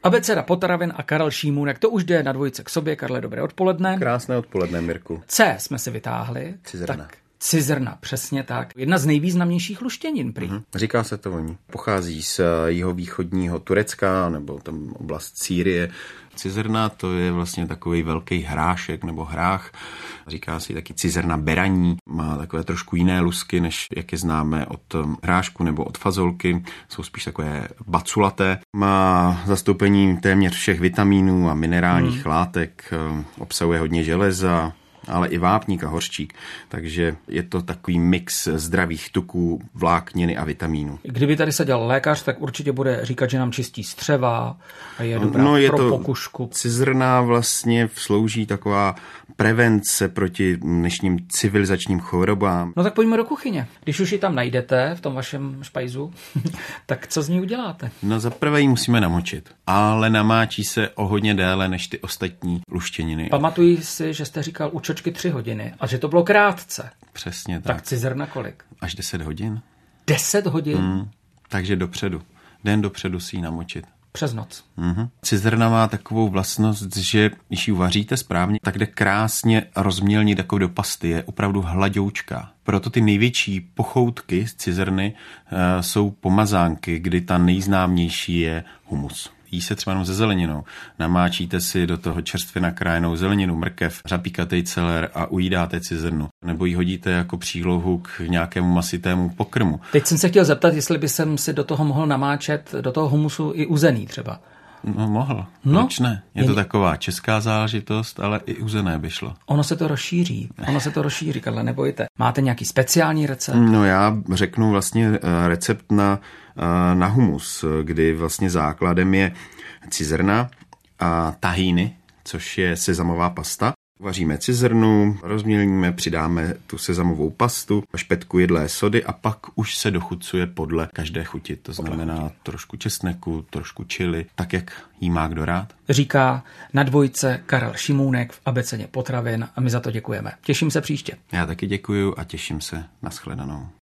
Abeceda potravin a Karel Šimůnek, to už jde na dvojice k sobě. Karle, dobré odpoledne. Krásné odpoledne, Mirku. C jsme si vytáhli. Cizrna. Tak, cizrna, přesně tak. Jedna z nejvýznamnějších luštěnin prý. Říká se to o ní. Pochází z jihovýchodního Turecka nebo tam oblast Sýrie. Cizrna to je vlastně takový velký hrášek nebo hrách. Říká si taky cizrna beraní. Má takové trošku jiné lusky, než jak je známe od hrášku nebo od fazolky. Jsou spíš takové baculaté. Má zastoupení téměř všech vitamínů a minerálních látek. Obsahuje hodně železa, ale i vápník a hořčík. Takže je to takový mix zdravých tuků, vlákniny a vitamínů. Kdyby tady seděl lékař, tak určitě bude říkat, že nám čistí střeva a je dobrá pro pokušku. Cizrna vlastně slouží taková prevence proti dnešním civilizačním chorobám. No tak pojďme do kuchyně. Když už ji tam najdete v tom vašem špajzu, tak co z ní uděláte? No za prvé ji musíme namočit, ale namáčí se o hodně déle než ty ostatní luštěniny. Pamatuji si, že jste říkal u čočky 3 hodiny a že to bylo krátce. Přesně tak. Tak cizrna kolik? Až 10 hodin. 10 hodin? Takže dopředu. Den dopředu si ji namočit. Přes noc. Cizrna má takovou vlastnost, že když ji uvaříte správně, tak jde krásně rozmělnit jako do pasty, je opravdu hladoučká. Proto ty největší pochoutky z cizrny jsou pomazánky, kdy ta nejznámější je humus. Jí se třeba jenom se zeleninou. Namáčíte si do toho čerstvě nakrájenou zeleninu, mrkev, řapíkatej celer a ujídáte cizrnu. Nebo ji hodíte jako přílohu k nějakému masitému pokrmu. Teď jsem se chtěl zeptat, jestli by jsem si do toho mohl namáčet, do toho humusu i uzený třeba. No mohl, proč ne? Je to taková česká záležitost, ale i uzené by šlo. Ono se to rozšíří, Karle, nebojte. Máte nějaký speciální recept? No já řeknu vlastně recept na humus, kdy vlastně základem je cizrna a tahíny, což je sezamová pasta. Vaříme cizrnu, rozmělníme, přidáme tu sezamovou pastu, špetku jedlé sody a pak už se dochucuje podle každé chuti. To znamená trošku česneku, trošku chili, tak jak jí má kdo rád. Říká na dvojce Karel Šimůnek v Abecedě potravin a my za to děkujeme. Těším se příště. Já taky děkuju a těším se. Nashledanou.